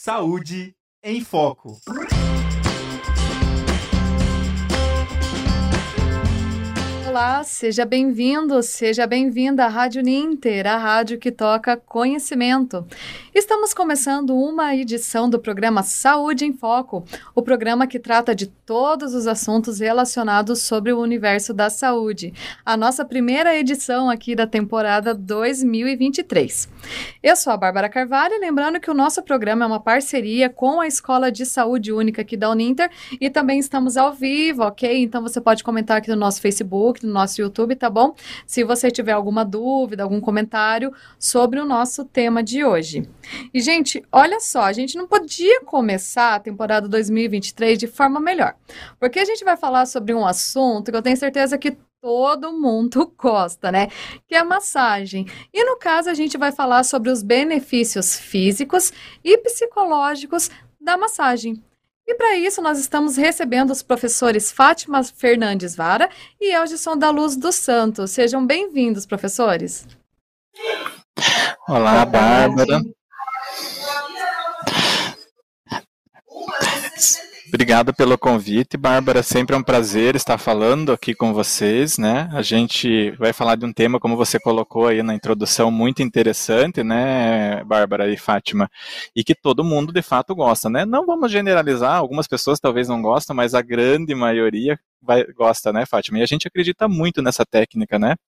Saúde em Foco. Olá, seja bem-vindo, seja bem-vinda à Rádio Ninter, a rádio que toca conhecimento. Estamos começando uma edição do programa Saúde em Foco, o programa que trata de todos os assuntos relacionados sobre o universo da saúde. A nossa primeira edição aqui da temporada 2023. Eu sou a Bárbara Carvalho, lembrando que o nosso programa é uma parceria com a Escola de Saúde Única aqui da Uninter e também estamos ao vivo, ok? Então você pode comentar aqui no nosso Facebook, no nosso YouTube, tá bom? Se você tiver alguma dúvida, algum comentário sobre o nosso tema de hoje. E, gente, olha só, a gente não podia começar a temporada 2023 de forma melhor, porque a gente vai falar sobre um assunto que eu tenho certeza que todo mundo gosta, né? Que é a massagem. E, no caso, a gente vai falar sobre os benefícios físicos e psicológicos da massagem. E para isso nós estamos recebendo os professores Fátima Fernandes Vara e Elgson da Luz dos Santos. Sejam bem-vindos, professores. Olá, Bárbara. Obrigado pelo convite, Bárbara. Sempre é um prazer estar falando aqui com vocês, né? A gente vai falar de um tema, como você colocou aí na introdução, muito interessante, né, Bárbara e Fátima, e que todo mundo, de fato, gosta, né? Não vamos generalizar, algumas pessoas talvez não gostam, mas a grande maioria gosta, né, Fátima? E a gente acredita muito nessa técnica, né?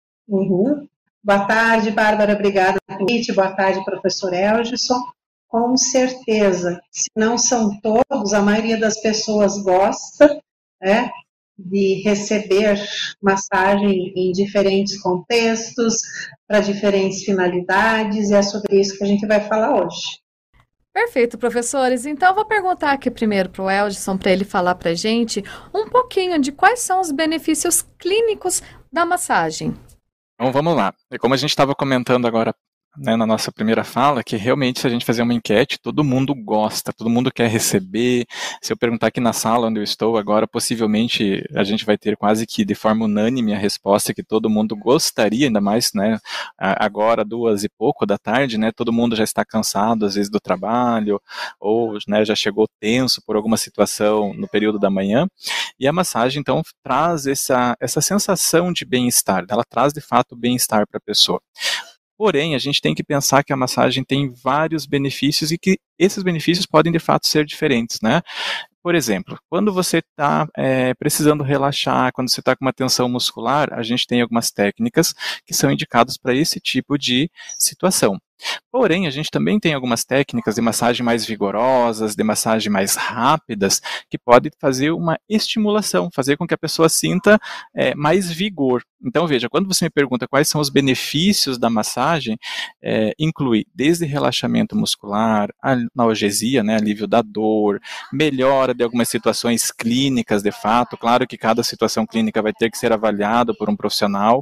Uhum. Boa tarde, Bárbara. Obrigada pelo convite. Boa tarde, professor Elgson. Com certeza, se não são todos, a maioria das pessoas gosta, né, de receber massagem em diferentes contextos, para diferentes finalidades, e é sobre isso que a gente vai falar hoje. Perfeito, professores. Então, eu vou perguntar aqui primeiro para o Elgson, para ele falar para a gente um pouquinho de quais são os benefícios clínicos da massagem. Então, vamos lá. Como a gente estava comentando agora, né, na nossa primeira fala, que realmente se a gente fazer uma enquete, todo mundo gosta, todo mundo quer receber. Se eu perguntar aqui na sala onde eu estou agora, possivelmente a gente vai ter quase que de forma unânime a resposta que todo mundo gostaria, ainda mais, né, agora 2h pouco da tarde, né, todo mundo já está cansado às vezes do trabalho, ou, né, já chegou tenso por alguma situação no período da manhã, e a massagem então traz essa sensação de bem-estar, ela traz de fato bem-estar para a pessoa. Porém, a gente tem que pensar que a massagem tem vários benefícios e que esses benefícios podem, de fato, ser diferentes, né? Por exemplo, quando você está precisando relaxar, quando você está com uma tensão muscular, a gente tem algumas técnicas que são indicadas para esse tipo de situação. Porém, a gente também tem algumas técnicas de massagem mais vigorosas, de massagem mais rápidas, que podem fazer uma estimulação, fazer com que a pessoa sinta mais vigor. Então, veja, quando você me pergunta quais são os benefícios da massagem, inclui desde relaxamento muscular, analgesia, né, alívio da dor, melhora de algumas situações clínicas, de fato. Claro que cada situação clínica vai ter que ser avaliada por um profissional,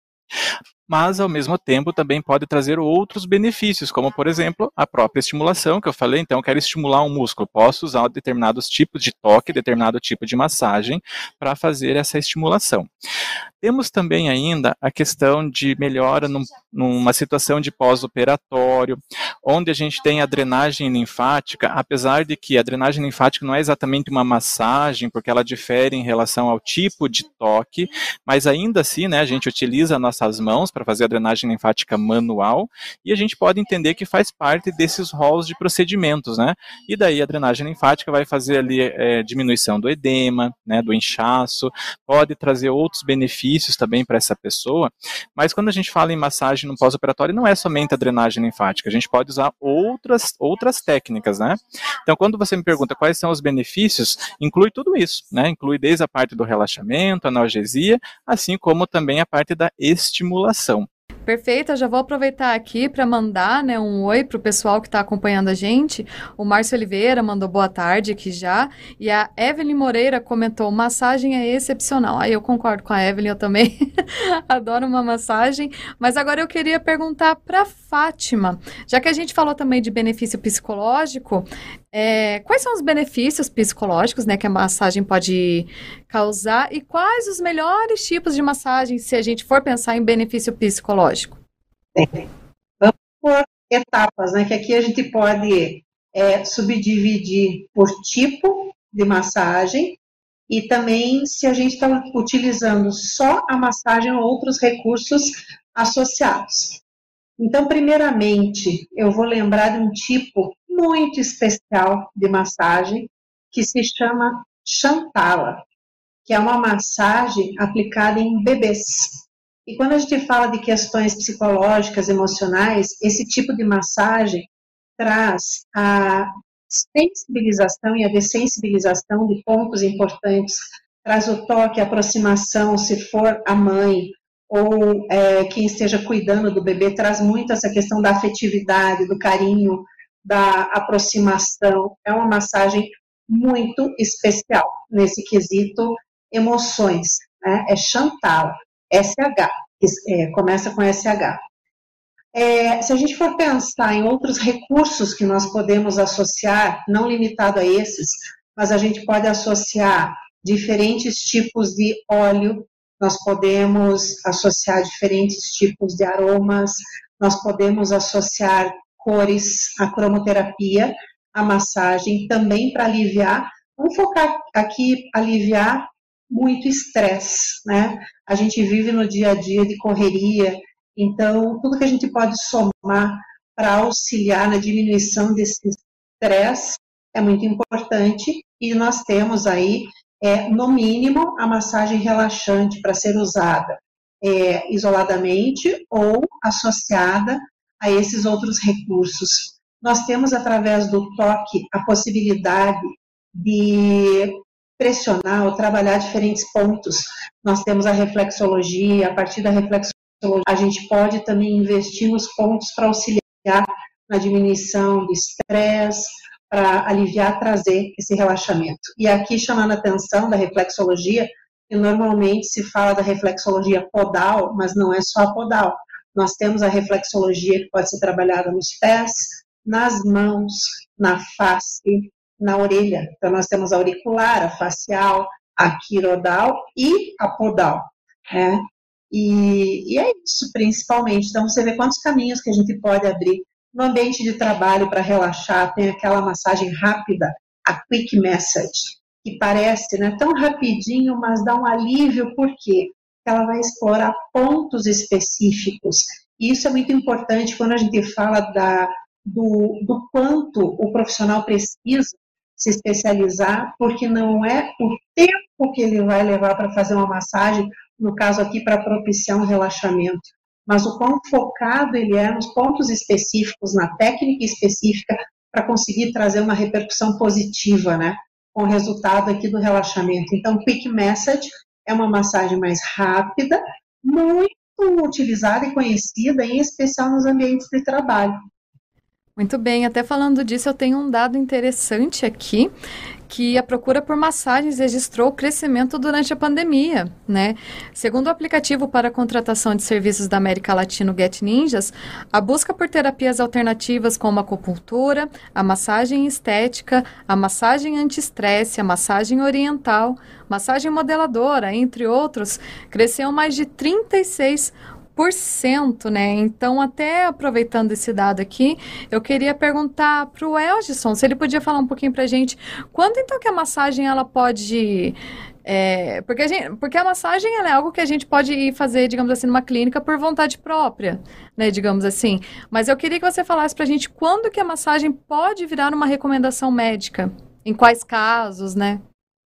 mas, ao mesmo tempo, também pode trazer outros benefícios, como, por exemplo, a própria estimulação, que eu falei. Então, eu quero estimular um músculo, posso usar determinados tipos de toque, determinado tipo de massagem para fazer essa estimulação. Temos também ainda a questão de melhora numa situação de pós-operatório, onde a gente tem a drenagem linfática, apesar de que a drenagem linfática não é exatamente uma massagem, porque ela difere em relação ao tipo de toque, mas ainda assim, né, a gente utiliza nossas mãos para fazer a drenagem linfática manual, e a gente pode entender que faz parte desses rolos de procedimentos, né? E daí a drenagem linfática vai fazer ali diminuição do edema, né, do inchaço, pode trazer outros benefícios também para essa pessoa, mas quando a gente fala em massagem no pós-operatório, não é somente a drenagem linfática, a gente pode usar outras técnicas, né? Então, quando você me pergunta quais são os benefícios, inclui tudo isso, né? Inclui desde a parte do relaxamento, analgesia, assim como também a parte da estimulação. Perfeito, eu já vou aproveitar aqui para mandar, né, um oi para o pessoal que está acompanhando a gente. O Márcio Oliveira mandou boa tarde aqui já, e a Evelyn Moreira comentou, massagem é excepcional. Aí eu concordo com a Evelyn, eu também adoro uma massagem, mas agora eu queria perguntar para Fátima, já que a gente falou também de benefício psicológico, quais são os benefícios psicológicos, né, que a massagem pode causar e quais os melhores tipos de massagem se a gente for pensar em benefício psicológico? Vamos por etapas, né, que aqui a gente pode subdividir por tipo de massagem e também se a gente está utilizando só a massagem ou outros recursos associados. Então, primeiramente, eu vou lembrar de um tipo muito especial de massagem que se chama Shantala, que é uma massagem aplicada em bebês. E quando a gente fala de questões psicológicas, emocionais, esse tipo de massagem traz a sensibilização e a dessensibilização de pontos importantes, traz o toque, a aproximação, se for a mãe ou quem esteja cuidando do bebê, traz muito essa questão da afetividade, do carinho, da aproximação. É uma massagem muito especial nesse quesito emoções, né? É Shantala, SH, começa com SH. Se a gente for pensar em outros recursos que nós podemos associar, não limitado a esses, mas a gente pode associar diferentes tipos de óleo, nós podemos associar diferentes tipos de aromas, nós podemos associar cores, a cromoterapia, a massagem, também para aliviar. Vamos focar aqui, aliviar muito estresse, né? A gente vive no dia a dia de correria, então tudo que a gente pode somar para auxiliar na diminuição desse estresse é muito importante, e nós temos aí, no mínimo, a massagem relaxante para ser usada isoladamente ou associada a esses outros recursos. Nós temos, através do toque, a possibilidade de pressionar ou trabalhar diferentes pontos. Nós temos a reflexologia, a partir da reflexologia a gente pode também investir nos pontos para auxiliar na diminuição do estresse, para aliviar, trazer esse relaxamento. E aqui, chamando a atenção da reflexologia, que normalmente se fala da reflexologia podal, mas não é só a podal. Nós temos a reflexologia que pode ser trabalhada nos pés, nas mãos, na face, na orelha. Então, nós temos a auricular, a facial, a quirodal e a podal, né? E é isso, principalmente. Então, você vê quantos caminhos que a gente pode abrir. No ambiente de trabalho, para relaxar, tem aquela massagem rápida, a quick massage, que parece, né, tão rapidinho, mas dá um alívio, por quê? Porque ela vai explorar pontos específicos. E isso é muito importante quando a gente fala do quanto o profissional precisa se especializar, porque não é o tempo que ele vai levar para fazer uma massagem, no caso aqui, para propiciar um relaxamento, mas o quão focado ele é nos pontos específicos, na técnica específica, para conseguir trazer uma repercussão positiva, né, com o resultado aqui do relaxamento. Então, Quick Massage é uma massagem mais rápida, muito utilizada e conhecida, em especial nos ambientes de trabalho. Muito bem, até falando disso, eu tenho um dado interessante aqui, que a procura por massagens registrou crescimento durante a pandemia, né? Segundo o aplicativo para a contratação de serviços da América Latina, o Get Ninjas, a busca por terapias alternativas como a acupuntura, a massagem estética, a massagem anti-estresse, a massagem oriental, massagem modeladora, entre outros, cresceu mais de 36%. Né? Então, até aproveitando esse dado aqui, eu queria perguntar para o Elgson se ele podia falar um pouquinho para a gente quando então que a massagem ela pode... porque a massagem ela é algo que a gente pode ir fazer, digamos assim, numa clínica por vontade própria, né, digamos assim. Mas eu queria que você falasse para a gente quando que a massagem pode virar uma recomendação médica, em quais casos, né?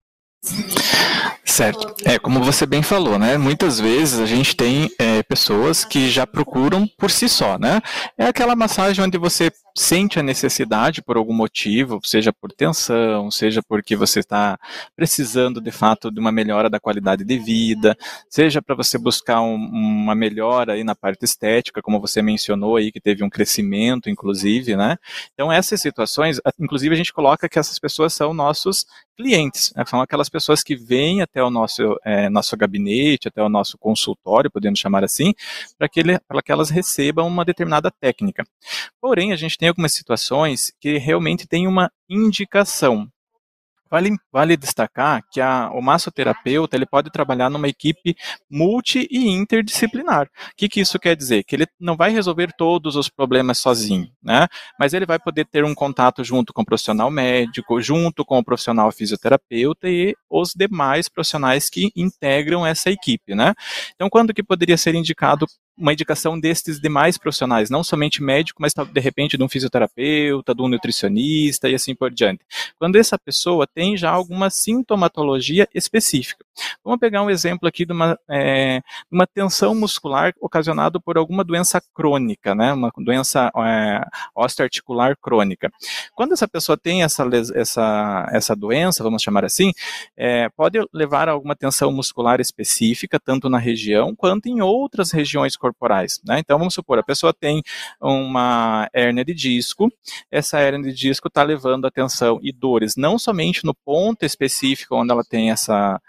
Certo. Como você bem falou, né? Muitas vezes a gente tem pessoas que já procuram por si só, né? É aquela massagem onde você sente a necessidade por algum motivo, seja por tensão, seja porque você está precisando de fato de uma melhora da qualidade de vida, seja para você buscar uma melhora aí na parte estética, como você mencionou aí, que teve um crescimento, inclusive, né? Então, essas situações, inclusive a gente coloca que essas pessoas são nossos clientes, né? São aquelas pessoas que vêm até o nosso gabinete, até o nosso consultório, podemos chamar assim, para que elas recebam uma determinada técnica. Porém, a gente tem algumas situações que realmente tem uma indicação. Vale destacar que o massoterapeuta ele pode trabalhar numa equipe multi e interdisciplinar. O que isso quer dizer? Que ele não vai resolver todos os problemas sozinho, né? Mas ele vai poder ter um contato junto com o profissional médico, junto com o profissional fisioterapeuta e os demais profissionais que integram essa equipe, né? Então, quando que poderia ser indicado uma indicação destes demais profissionais, não somente médico, mas de repente de um fisioterapeuta, de um nutricionista e assim por diante. Quando essa pessoa tem já alguma sintomatologia específica. Vamos pegar um exemplo aqui de uma tensão muscular ocasionada por alguma doença crônica, né? Uma doença osteoarticular crônica. Quando essa pessoa tem essa doença, vamos chamar assim, pode levar a alguma tensão muscular específica, tanto na região quanto em outras regiões corporais, né? Então, vamos supor, a pessoa tem uma hérnia de disco, essa hérnia de disco está levando a tensão e dores não somente no ponto específico onde ela tem essa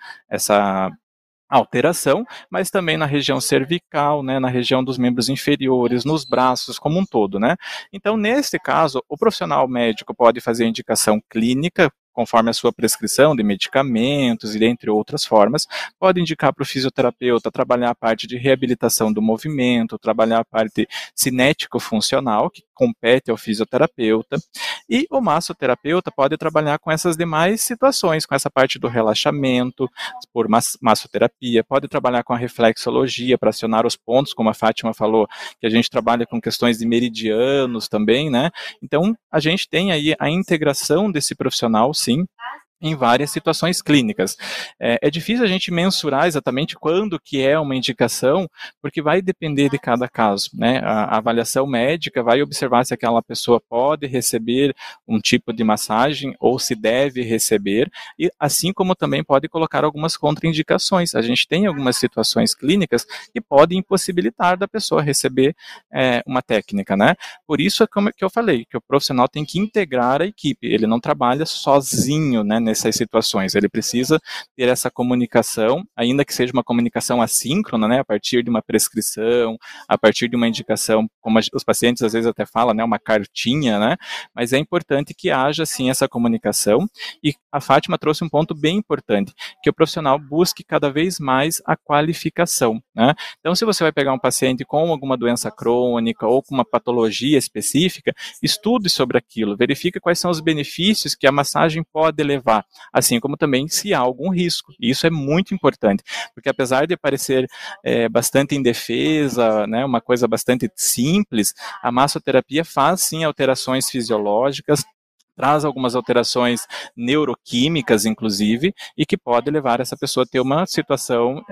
alteração, mas também na região cervical, né, na região dos membros inferiores, nos braços como um todo, né? Então, nesse caso, o profissional médico pode fazer indicação clínica, conforme a sua prescrição de medicamentos e dentre outras formas, pode indicar para o fisioterapeuta trabalhar a parte de reabilitação do movimento, trabalhar a parte cinético-funcional, que compete ao fisioterapeuta, e o massoterapeuta pode trabalhar com essas demais situações, com essa parte do relaxamento, por massoterapia, pode trabalhar com a reflexologia para acionar os pontos, como a Fátima falou, que a gente trabalha com questões de meridianos também, né? Então, a gente tem aí a integração desse profissional, sim, em várias situações clínicas. É difícil a gente mensurar exatamente quando que é uma indicação, porque vai depender de cada caso, né? A avaliação médica vai observar se aquela pessoa pode receber um tipo de massagem ou se deve receber, e assim como também pode colocar algumas contraindicações. A gente tem algumas situações clínicas que podem impossibilitar da pessoa receber uma técnica, né? Por isso é como que eu falei, que o profissional tem que integrar a equipe, ele não trabalha sozinho, né, nessas situações, ele precisa ter essa comunicação, ainda que seja uma comunicação assíncrona, né, a partir de uma prescrição, a partir de uma indicação, como os pacientes às vezes até falam, né, uma cartinha, né, mas é importante que haja, sim, essa comunicação, e a Fátima trouxe um ponto bem importante, que o profissional busque cada vez mais a qualificação, né. Então, se você vai pegar um paciente com alguma doença crônica ou com uma patologia específica, estude sobre aquilo, verifique quais são os benefícios que a massagem pode levar, assim como também se há algum risco. E isso é muito importante, porque apesar de parecer bastante indefesa, né, uma coisa bastante simples, a massoterapia faz sim alterações fisiológicas, traz algumas alterações neuroquímicas, inclusive, e que pode levar essa pessoa a ter uma situação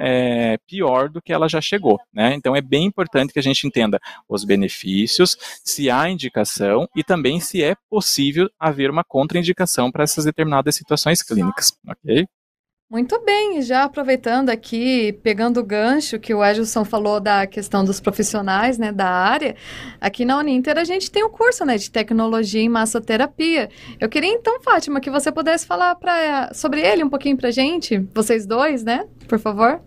pior do que ela já chegou, né? Então, é bem importante que a gente entenda os benefícios, se há indicação e também se é possível haver uma contraindicação para essas determinadas situações clínicas, ok? Muito bem, e já aproveitando aqui, pegando o gancho que o Edilson falou da questão dos profissionais, né, da área, aqui na Uninter a gente tem um curso, né, de tecnologia em massoterapia. Eu queria então, Fátima, que você pudesse falar sobre ele um pouquinho pra gente, vocês dois, né, por favor.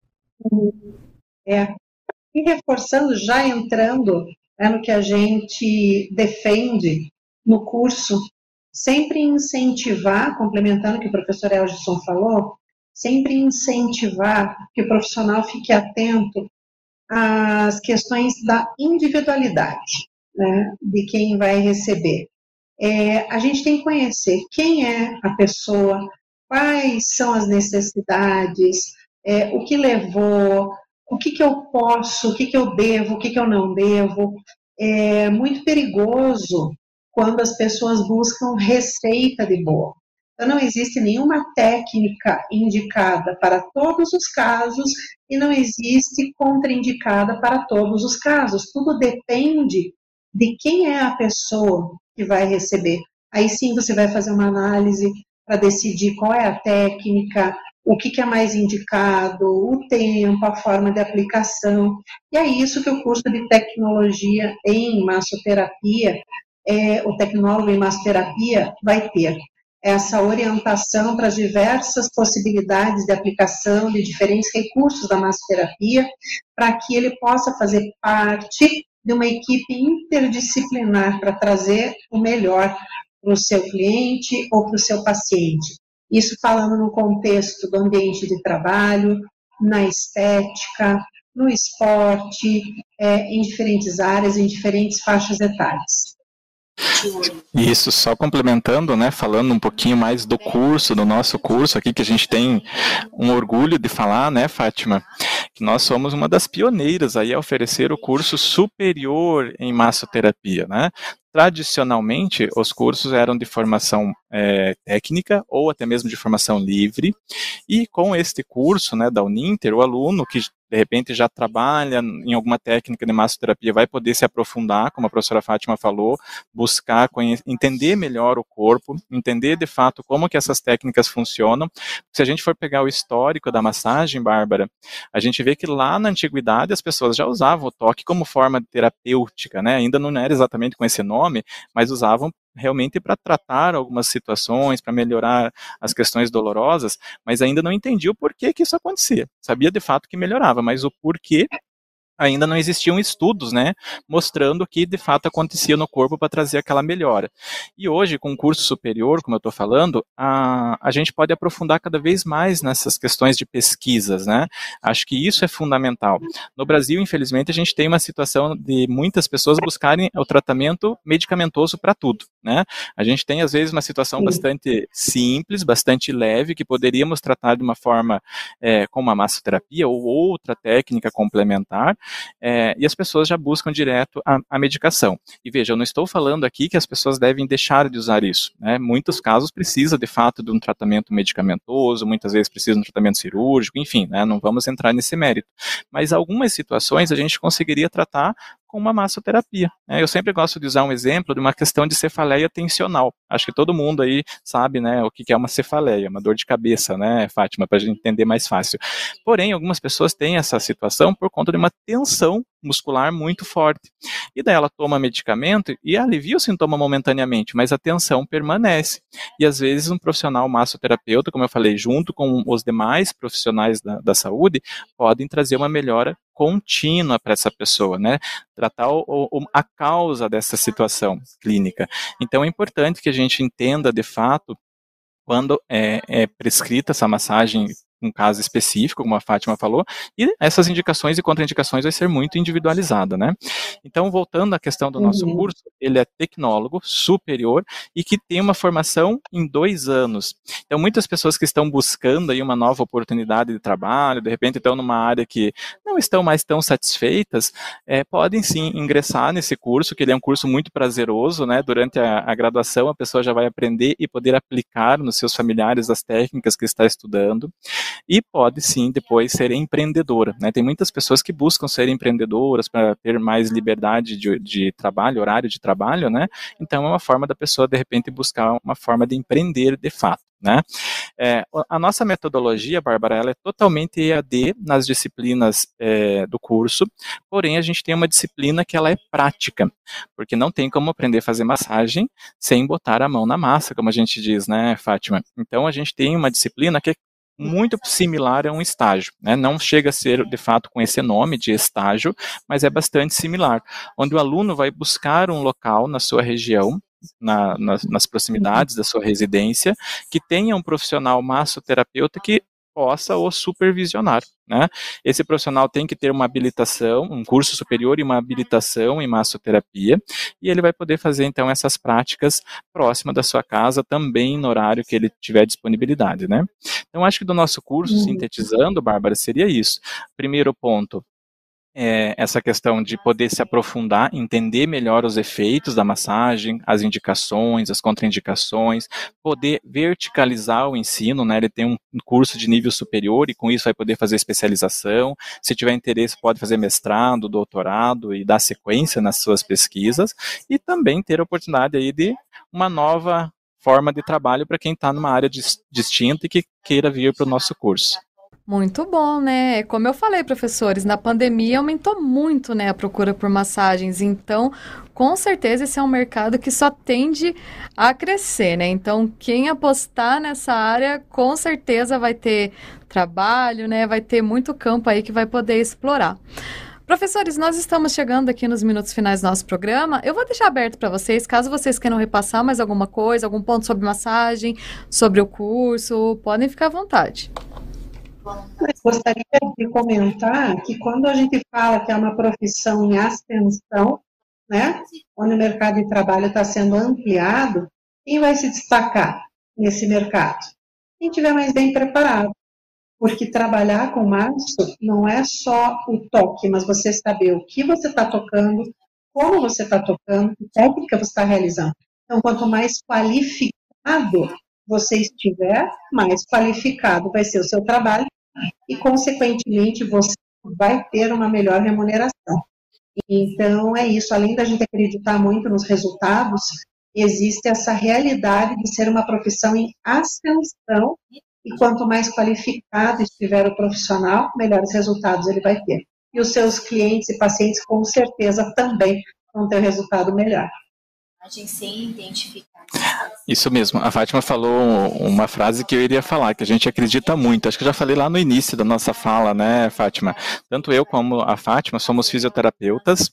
E reforçando, já entrando no que a gente defende no curso, sempre incentivar, complementando o que o professor Elgson falou, sempre incentivar que o profissional fique atento às questões da individualidade, né, de quem vai receber. A gente tem que conhecer quem é a pessoa, quais são as necessidades, o que levou, o que eu posso, o que eu devo, o que eu não devo. É muito perigoso quando as pessoas buscam receita de bolo. Então, não existe nenhuma técnica indicada para todos os casos e não existe contraindicada para todos os casos. Tudo depende de quem é a pessoa que vai receber. Aí sim você vai fazer uma análise para decidir qual é a técnica, o que é mais indicado, o tempo, a forma de aplicação. E é isso que o curso de tecnologia em massoterapia, o tecnólogo em massoterapia vai ter. Essa orientação para as diversas possibilidades de aplicação de diferentes recursos da massoterapia, para que ele possa fazer parte de uma equipe interdisciplinar para trazer o melhor para o seu cliente ou para o seu paciente. Isso falando no contexto do ambiente de trabalho, na estética, no esporte, em diferentes áreas, em diferentes faixas etárias. Isso, só complementando, né, falando um pouquinho mais do curso, do nosso curso aqui, que a gente tem um orgulho de falar, né, Fátima, que nós somos uma das pioneiras aí a oferecer o curso superior em massoterapia, né? Tradicionalmente, os cursos eram de formação técnica ou até mesmo de formação livre, e com este curso, né, da Uninter, o aluno que de repente já trabalha em alguma técnica de massoterapia vai poder se aprofundar, como a professora Fátima falou, buscar entender melhor o corpo, entender de fato como que essas técnicas funcionam. Se a gente for pegar o histórico da massagem, Bárbara, a gente vê que lá na antiguidade as pessoas já usavam o toque como forma terapêutica, né? Ainda não era exatamente com esse nome, mas usavam realmente para tratar algumas situações, para melhorar as questões dolorosas, mas ainda não entendia o porquê que isso acontecia. Sabia de fato que melhorava, mas o porquê ainda não existiam estudos, né, mostrando o que de fato acontecia no corpo para trazer aquela melhora. E hoje, com o curso superior, como eu estou falando, a gente pode aprofundar cada vez mais nessas questões de pesquisas, né? Acho que isso é fundamental. No Brasil, infelizmente, a gente tem uma situação de muitas pessoas buscarem o tratamento medicamentoso para tudo, né? A gente tem, às vezes, uma situação bastante simples, bastante leve, que poderíamos tratar de uma forma como a massoterapia ou outra técnica complementar, e as pessoas já buscam direto a medicação. E veja, eu não estou falando aqui que as pessoas devem deixar de usar isso, né? Muitos casos precisa de fato de um tratamento medicamentoso, muitas vezes precisa de um tratamento cirúrgico, enfim, né? Não vamos entrar nesse mérito. Mas algumas situações a gente conseguiria tratar com uma massoterapia, né? Eu sempre gosto de usar um exemplo de uma questão de cefaleia tensional. Acho que todo mundo aí sabe, né, o que é uma cefaleia, uma dor de cabeça, né, Fátima, para a gente entender mais fácil. Porém, algumas pessoas têm essa situação por conta de uma tensão muscular muito forte. E daí ela toma medicamento e alivia o sintoma momentaneamente, mas a tensão permanece. E às vezes um profissional massoterapeuta, como eu falei, junto com os demais profissionais da saúde, podem trazer uma melhora contínua para essa pessoa, né? Tratar a causa dessa situação clínica. Então é importante que a gente entenda de fato quando é prescrita essa massagem um caso específico, como a Fátima falou, e essas indicações e contraindicações vai ser muito individualizada, né? Então, voltando à questão do nosso curso, ele é tecnólogo superior e que tem uma formação em 2 anos. Então, muitas pessoas que estão buscando aí uma nova oportunidade de trabalho, de repente estão numa área que não estão mais tão satisfeitas, podem sim ingressar nesse curso, que ele é um curso muito prazeroso, né? Durante a graduação, a pessoa já vai aprender e poder aplicar nos seus familiares as técnicas que está estudando. E pode sim depois ser empreendedora, né? Tem muitas pessoas que buscam ser empreendedoras para ter mais liberdade de trabalho, horário de trabalho, né? Então é uma forma da pessoa de repente buscar uma forma de empreender de fato, né? A nossa metodologia, Bárbara, ela é totalmente EAD nas disciplinas do curso, porém a gente tem uma disciplina que ela é prática, porque não tem como aprender a fazer massagem sem botar a mão na massa, como a gente diz, né, Fátima? Então a gente tem uma disciplina que é muito similar a um estágio, né? Não chega a ser, de fato, com esse nome de estágio, mas é bastante similar, onde o aluno vai buscar um local na sua região, nas proximidades da sua residência, que tenha um profissional massoterapeuta que possa o supervisionar, né? Esse profissional tem que ter uma habilitação, um curso superior e uma habilitação em massoterapia, e ele vai poder fazer, então, essas práticas próxima da sua casa, também no horário que ele tiver disponibilidade, né? Então, acho que do nosso curso, sintetizando, Bárbara, seria isso. Primeiro ponto, essa questão de poder se aprofundar, entender melhor os efeitos da massagem, as indicações, as contraindicações, poder verticalizar o ensino, né? Ele tem um curso de nível superior e com isso vai poder fazer especialização. Se tiver interesse, pode fazer mestrado, doutorado e dar sequência nas suas pesquisas e também ter a oportunidade aí de uma nova forma de trabalho para quem está numa área distinta e que queira vir para o nosso curso. Muito bom, né? Como eu falei, professores, na pandemia aumentou muito, né, a procura por massagens. Então, com certeza, esse é um mercado que só tende a crescer, né? Então, quem apostar nessa área, com certeza vai ter trabalho, né? Vai ter muito campo aí que vai poder explorar. Professores, nós estamos chegando aqui nos minutos finais do nosso programa. Eu vou deixar aberto para vocês, caso vocês queiram repassar mais alguma coisa, algum ponto sobre massagem, sobre o curso, podem ficar à vontade. Mas gostaria de comentar que quando a gente fala que é uma profissão em ascensão, né, onde o mercado de trabalho está sendo ampliado, quem vai se destacar nesse mercado? Quem estiver mais bem preparado. Porque trabalhar com maço não é só o toque, mas você saber o que você está tocando, como você está tocando, que técnica você está realizando. Então, quanto mais qualificado você estiver, mais qualificado vai ser o seu trabalho e, consequentemente, você vai ter uma melhor remuneração. Então, é isso. Além da gente acreditar muito nos resultados, existe essa realidade de ser uma profissão em ascensão. E quanto mais qualificado estiver o profissional, melhores resultados ele vai ter. E os seus clientes e pacientes, com certeza, também vão ter resultado melhor. A gente sem identificar. Isso mesmo, a Fátima falou uma frase que eu iria falar, que a gente acredita muito. Acho que eu já falei lá no início da nossa fala, né, Fátima? Tanto eu como a Fátima somos fisioterapeutas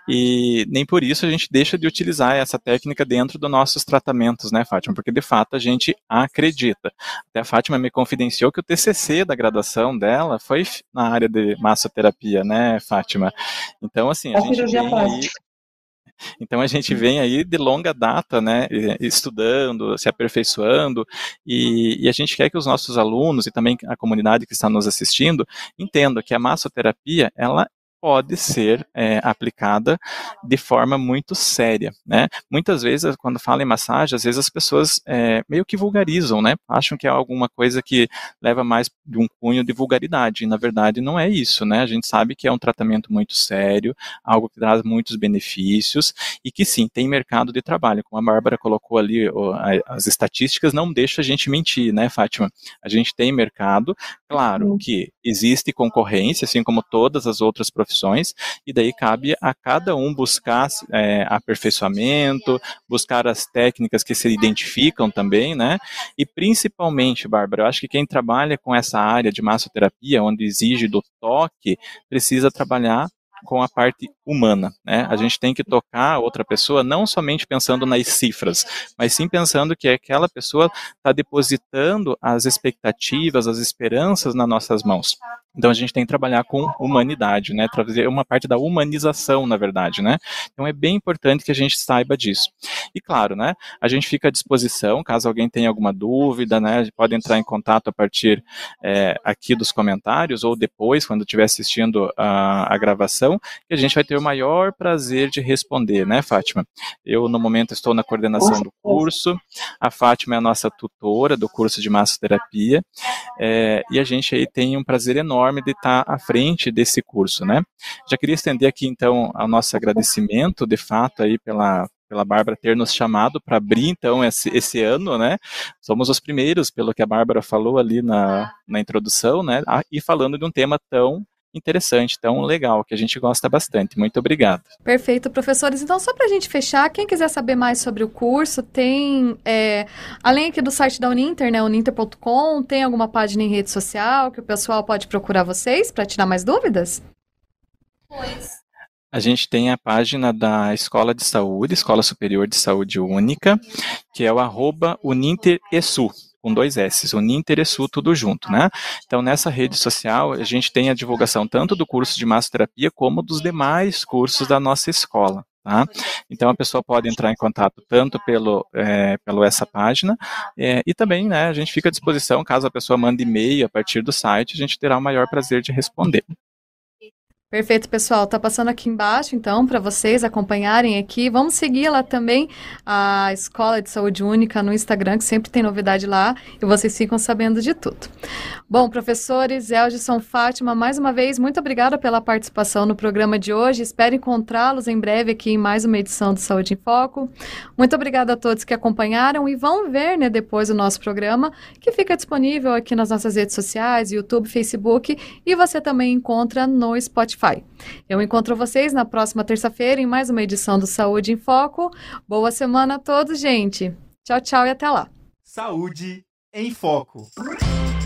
e nem por isso a gente deixa de utilizar essa técnica dentro dos nossos tratamentos, né, Fátima? Porque de fato a gente acredita. Até a Fátima me confidenciou que o TCC da graduação dela foi na área de massoterapia, né, Fátima? Então, assim, a gente vem aí... Então a gente vem aí de longa data, né, estudando, se aperfeiçoando, e a gente quer que os nossos alunos e também a comunidade que está nos assistindo entendam que a massoterapia, ela pode ser aplicada de forma muito séria, né? Muitas vezes, quando fala em massagem, às vezes as pessoas meio que vulgarizam, né? Acham que é alguma coisa que leva mais de um cunho de vulgaridade, e na verdade não é isso, né? A gente sabe que é um tratamento muito sério, algo que traz muitos benefícios, e que sim, tem mercado de trabalho, como a Bárbara colocou ali, as estatísticas não deixam a gente mentir, né, Fátima? A gente tem mercado, claro que existe concorrência, assim como todas as outras profissões, e daí cabe a cada um buscar aperfeiçoamento, buscar as técnicas que se identificam também, né? E principalmente, Bárbara, eu acho que quem trabalha com essa área de massoterapia, onde exige do toque, precisa trabalhar com a parte humana, né? A gente tem que tocar a outra pessoa não somente pensando nas cifras, mas sim pensando que aquela pessoa está depositando as expectativas, as esperanças nas nossas mãos. Então a gente tem que trabalhar com humanidade, né? Trazer uma parte da humanização, na verdade, né? Então é bem importante que a gente saiba disso. E claro, né? A gente fica à disposição, caso alguém tenha alguma dúvida, né? Pode entrar em contato a partir aqui dos comentários ou depois, quando estiver assistindo a gravação, que a gente vai ter o maior prazer de responder, né, Fátima? Eu, no momento, estou na coordenação do curso, a Fátima é a nossa tutora do curso de massoterapia, e a gente aí tem um prazer enorme de estar à frente desse curso, né? Já queria estender aqui, então, o nosso agradecimento, de fato, aí pela Bárbara ter nos chamado para abrir, então, esse ano, né? Somos os primeiros, pelo que a Bárbara falou ali na introdução, né? E falando de um tema tão interessante, tão legal, que a gente gosta bastante. Muito obrigado. Perfeito, professores. Então, só para a gente fechar, quem quiser saber mais sobre o curso, tem, além aqui do site da Uninter, né, uninter.com, tem alguma página em rede social que o pessoal pode procurar vocês para tirar mais dúvidas? A gente tem a página da Escola de Saúde, Escola Superior de Saúde Única, que é o @uninteresu. Com 2 S, Uninteresu, tudo junto, né? Então, nessa rede social, a gente tem a divulgação tanto do curso de massoterapia como dos demais cursos da nossa escola, tá? Então, a pessoa pode entrar em contato tanto pelo essa página e também, né, a gente fica à disposição, caso a pessoa mande e-mail a partir do site, a gente terá o maior prazer de responder. Perfeito, pessoal. Tá passando aqui embaixo, então, para vocês acompanharem aqui. Vamos seguir lá também a Escola de Saúde Única no Instagram, que sempre tem novidade lá e vocês ficam sabendo de tudo. Bom, professores, Elgison, Fátima, mais uma vez, muito obrigada pela participação no programa de hoje. Espero encontrá-los em breve aqui em mais uma edição do Saúde em Foco. Muito obrigada a todos que acompanharam e vão ver, né, depois o nosso programa, que fica disponível aqui nas nossas redes sociais, YouTube, Facebook, e você também encontra no Spotify. Eu encontro vocês na próxima terça-feira em mais uma edição do Saúde em Foco. Boa semana a todos, gente. Tchau, tchau e até lá. Saúde em Foco.